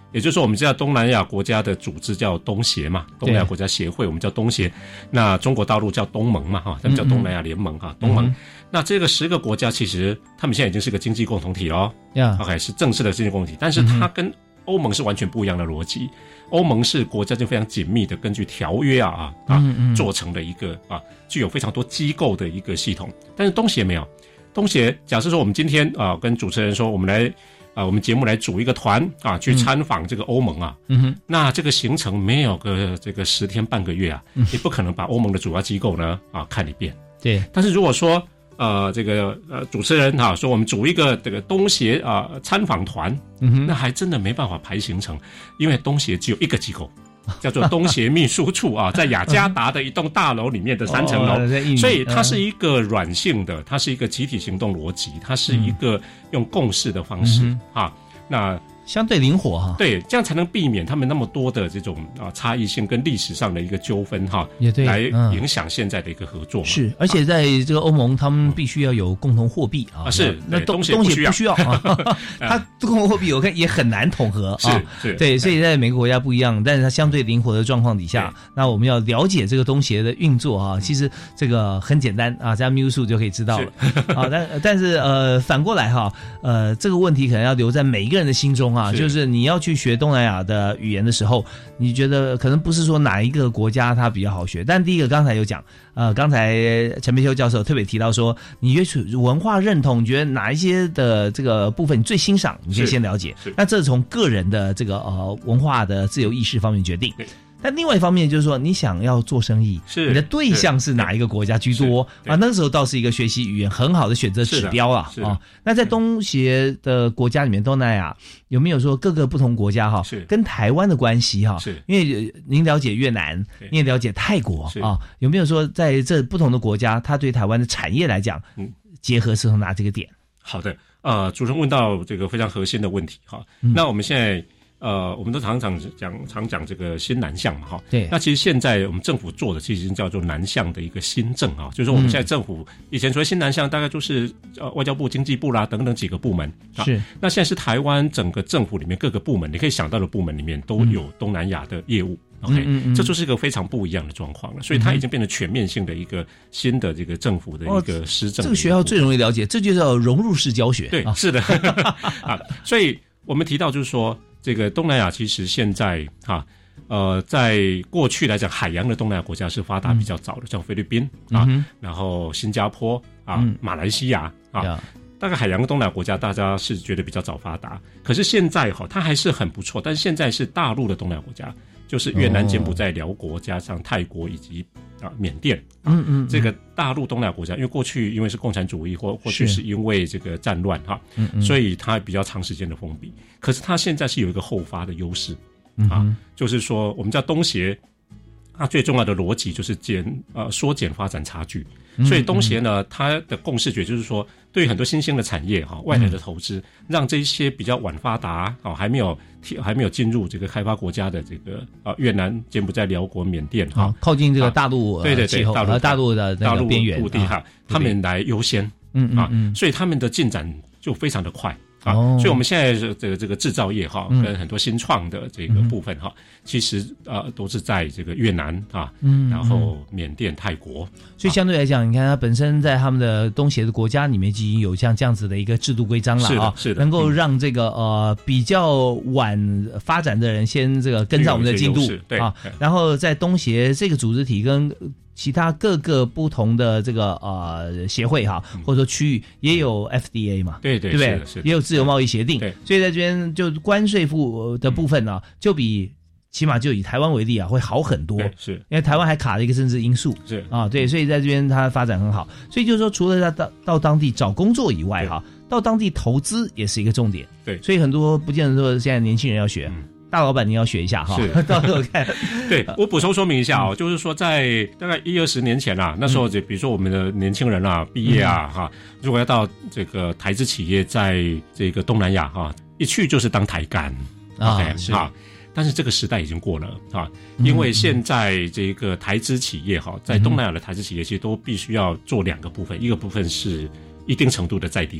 也就是说我们知道东南亚国家的组织叫东协嘛，东南亚国家协会我们叫东协，那中国大陆叫东盟嘛，他们叫东南亚联盟东盟。那这个10个国家其实他们现在已经是个经济共同体咯，OK 是正式的经济共同体，但是它跟欧盟是完全不一样的逻辑。欧盟是国家就非常紧密的根据条约做成的一个具有非常多机构的一个系统，但是东协没有。东协假设说我们今天跟主持人说我们来我们节目来组一个团去参访这个欧盟那这个行程没有个这个10天半个月你不可能把欧盟的主要机构呢看一遍。 对， 但是如果说这个主持人说我们组一个这个东协参访团，那还真的没办法排行程，因为东协只有一个机构。叫做东协秘书处在雅加达的一栋大楼里面的3层楼，所以它是一个软性的，它是一个集体行动逻辑，它是一个用共识的方式那相对灵活对，这样才能避免他们那么多的这种差异性跟历史上的一个纠纷也对， 来影响现在的一个合作是，而且在这个欧盟，他们必须要有共同货币是， 那东协不需要它共同货币我看也很难统合是对，所以在每个国家不一样，但是它相对灵活的状况底下，那我们要了解这个东协的运作其实这个很简单加秘书就可以知道了但是反过来这个问题可能要留在每一个人的心中就是你要去学东南亚的语言的时候，你觉得可能不是说哪一个国家它比较好学，但第一个刚才有讲刚才陈培修教授特别提到说，你文化认同，你觉得哪一些的这个部分你最欣赏，你可以先了解，那这是从个人的这个文化的自由意识方面决定。但另外一方面就是说，你想要做生意，你的对象是哪一个国家居多那个时候倒是一个学习语言很好的选择指标那在东协的国家里面，东南亚有没有说各个不同国家跟台湾的关系因为您了解越南，你也了解泰国有没有说在这不同的国家，它对台湾的产业来讲结合是从哪这个点？ 好的，主持人问到这个非常核心的问题那我们现在我们都常讲这个新南向嘛对。 那其实现在我们政府做的其实叫做南向的一个新政就是说我们现在政府以前所谓新南向大概就是外交部、经济部啦等等几个部门是。 那现在是台湾整个政府里面各个部门，你可以想到的部门里面都有东南亚的业务。OK， 这就是一个非常不一样的状况了，所以它已经变成全面性的一个新的这个政府的一个施政。 这个学校最容易了解，这就叫融入式教学。 对，是的所以我们提到就是说，这个东南亚其实现在在过去来讲，海洋的东南亚国家是发达比较早的，像菲律宾然后新加坡马来西亚大概海洋的东南亚国家大家是觉得比较早发达，可是现在它还是很不错，但是现在是大陆的东南亚国家，就是越南、柬埔寨、寮国加上泰国以及缅甸这个大陆东南亚国家，因为过去因为是共产主义或过去是因为这个战乱所以它比较长时间的封闭，可是它现在是有一个后发的优势就是说我们叫东协，它最重要的逻辑就是缩减发展差距，所以东协呢，它的共识觉就是说，对于很多新兴的产业外来的投资，让这些比较晚发达还没有进入这个开发国家的这个越南、柬埔寨、寮国、缅甸靠近这个大陆对气候和大陆的那个边缘土地他们来优先所以他们的进展就非常的快。所以我们现在这个制造业跟很多新创的这个部分其实都是在这个越南然后缅甸、泰国， 所以相对来讲，你看它本身在他们的东协的国家里面已经有像这样子的一个制度规章了是的， 能够让这个比较晚发展的人先这个跟上我们的进度然后在东协这个组织体跟其他各个不同的这个协会或者说区域也有 FDA 嘛，对不对？也有自由贸易协定，所以在这边就关税的部分呢，就起码就以台湾为例会好很多， 是因为台湾还卡了一个政治因素， 是对，所以在这边它发展很好，所以就是说除了他到当地找工作以外到当地投资也是一个重点， 对， 所以很多不见得说现在年轻人要学。大老板你要学一下到时候看。 对，我补充说明一下就是说在大概10-20年前那时候就比如说我们的年轻人毕业如果要到这个台资企业在这个东南亚一去就是当台干但是这个时代已经过了因为现在这个台资企业在东南亚的台资企业其实都必须要做2个部分，一个部分是一定程度的在地化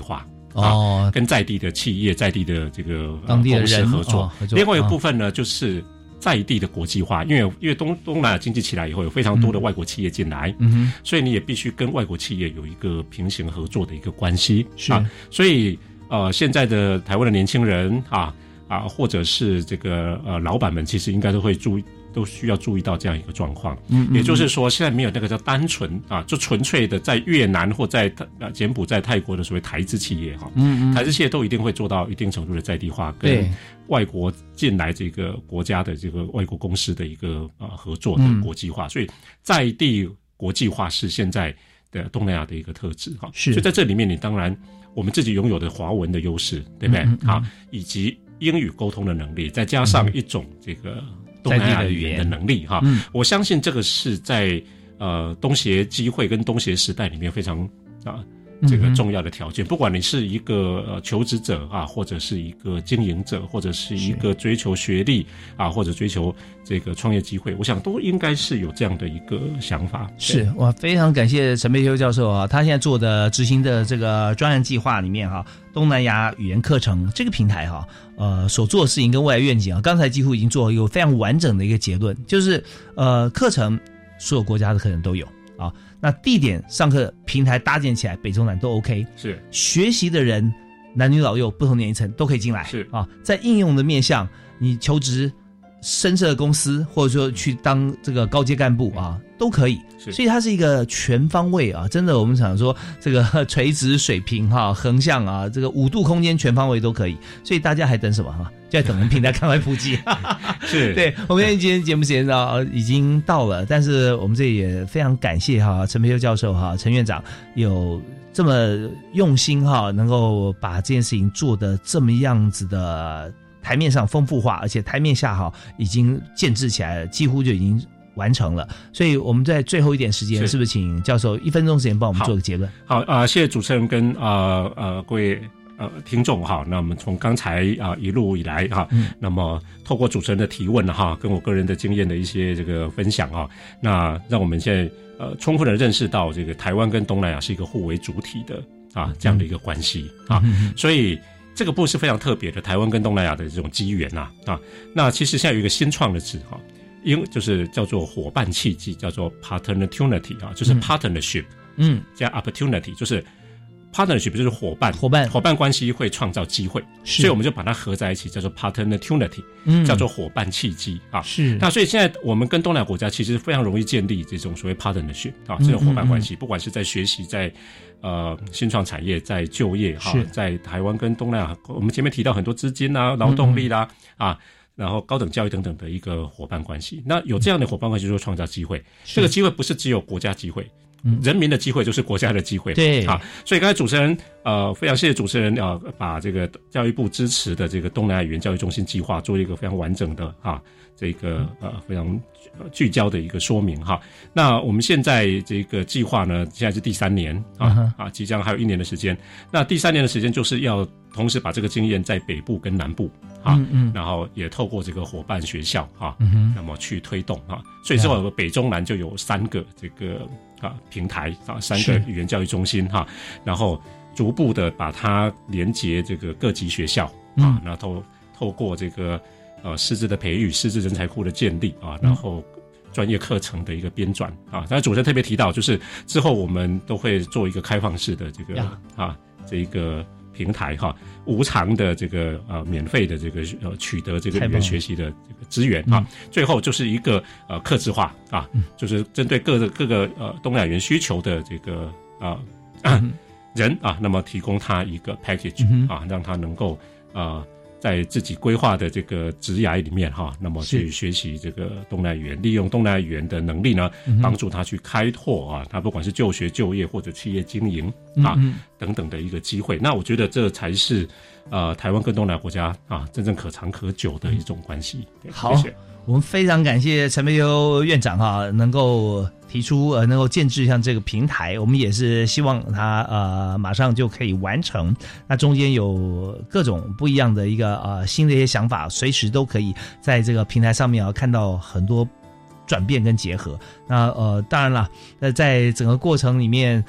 跟在地的企业、在地的这个当地的人公司合作。另外一个部分呢， 嗯就是在地的国际化，因为东南亚经济起来以后，有非常多的外国企业进来，所以你也必须跟外国企业有一个平行合作的一个关系。 是所以现在的台湾的年轻人或者是这个老板们，其实应该都需要注意到这样一个状况。也就是说，现在没有那个叫单纯就纯粹的在越南或在柬埔寨、泰国的所谓台资企业台资企业都一定会做到一定程度的在地化，跟外国进来这个国家的这个外国公司的一个合作的国际化，所以在地国际化是现在的东南亚的一个特质所以在这里面，你当然我们自己拥有的华文的优势，对不对？以及英语沟通的能力，再加上一种这个东南亚语言的能力我相信这个是在东协机会跟东协时代里面非常这个重要的条件。不管你是一个求职者或者是一个经营者，或者是一个追求学历或者追求这个创业机会，我想都应该是有这样的一个想法。 是，我非常感谢陈培修教授他现在做的执行的这个专案计划里面东南亚语言课程这个平台所做的事情跟未来愿景刚才几乎已经做了一个非常完整的一个结论，就是课程所有国家的课程都有那地点上课平台搭建起来，北中南都 OK。是，学习的人男女老幼不同年龄层都可以进来。是在应用的面向，你求职、深设公司，或者说去当这个高阶干部都可以。所以它是一个全方位真的我们想说这个垂直、水平横向这个5度空间全方位都可以。所以大家还等什么就在等我们平台赶快普及。是，对，我们今天节目时间已经到了，但是我们这里也非常感谢陈培修教授陈院长有这么用心能够把这件事情做得这么样子的台面上丰富化，而且台面下已经建制起来了，几乎就已经完成了。所以我们在最后一点时间，是不是请教授1分钟时间帮我们做个结论？ 好谢谢主持人跟各位听众那我们从刚才一路以来那么透过主持人的提问跟我个人的经验的一些这个分享那让我们现在充分的认识到这个台湾跟东南亚是一个互为主体的这样的一个关系所以这个部是非常特别的，台湾跟东南亚的这种机缘那其实现在有一个新创的字就是叫做伙伴契机，叫做 partnertunity 就是 partnership 加 opportunity， 就是 partnership 就是伙伴关系会创造机会，所以我们就把它合在一起，叫做 partnertunity，叫做伙伴契机是。那所以现在我们跟东南亚国家其实非常容易建立这种所谓 partnership 这种伙伴关系，不管是在学习，在新创产业，在就业在台湾跟东南亚，我们前面提到很多资金劳动力啦然后高等教育等等的一个伙伴关系。那有这样的伙伴关系就会创造机会，这个机会不是只有国家机会，人民的机会就是国家的机会。对所以刚才主持人非常谢谢主持人把这个教育部支持的这个东南亚语言教育中心计划做一个非常完整的这个非常聚焦的一个说明那我们现在这个计划呢，现在是第3年即将还有1年的时间。那第3年的时间就是要同时把这个经验在北部跟南部然后也透过这个伙伴学校那么去推动所以之后有个北中南就有3个这个平台3个语言教育中心然后逐步的把它连结这个各级学校然后透过这个师资的培育、师资人才库的建立然后专业课程的一个编纂当然主持人特别提到，就是之后我们都会做一个开放式的这个这一个平台无偿的这个免费的这个取得这个语言学习的这个资源最后就是一个客制化就是针对各个东南亚语言需求的这个人那么提供他一个 package 让他能够在自己规划的这个职涯里面那么去学习这个东南亚语言，利用东南亚语言的能力呢，帮助他去开拓他不管是就学就业或者企业经营等等的一个机会。那我觉得这才是台湾跟东南亚国家真正可长可久的一种关系。 好， 谢谢。 我们非常感谢陈培修院长能够提出能够建制像这个平台，我们也是希望他马上就可以完成。那中间有各种不一样的一个新的一些想法，随时都可以在这个平台上面看到很多转变跟结合。那当然了，在整个过程里面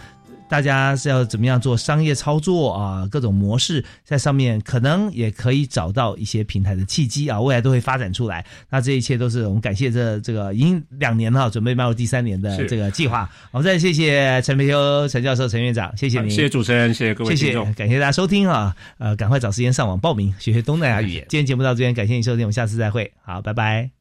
大家是要怎么样做商业操作啊，各种模式在上面可能也可以找到一些平台的契机啊，未来都会发展出来。那这一切都是我们感谢这个已经2年了，准备迈入第3年的这个计划。我们再谢谢陈培修陈教授陈院长，谢谢您，谢谢主持人，谢谢各位听众， 谢谢，感谢大家收听啊，赶快找时间上网报名学东南亚语言。今天节目到这边，感谢您收听，我们下次再会，好，拜拜。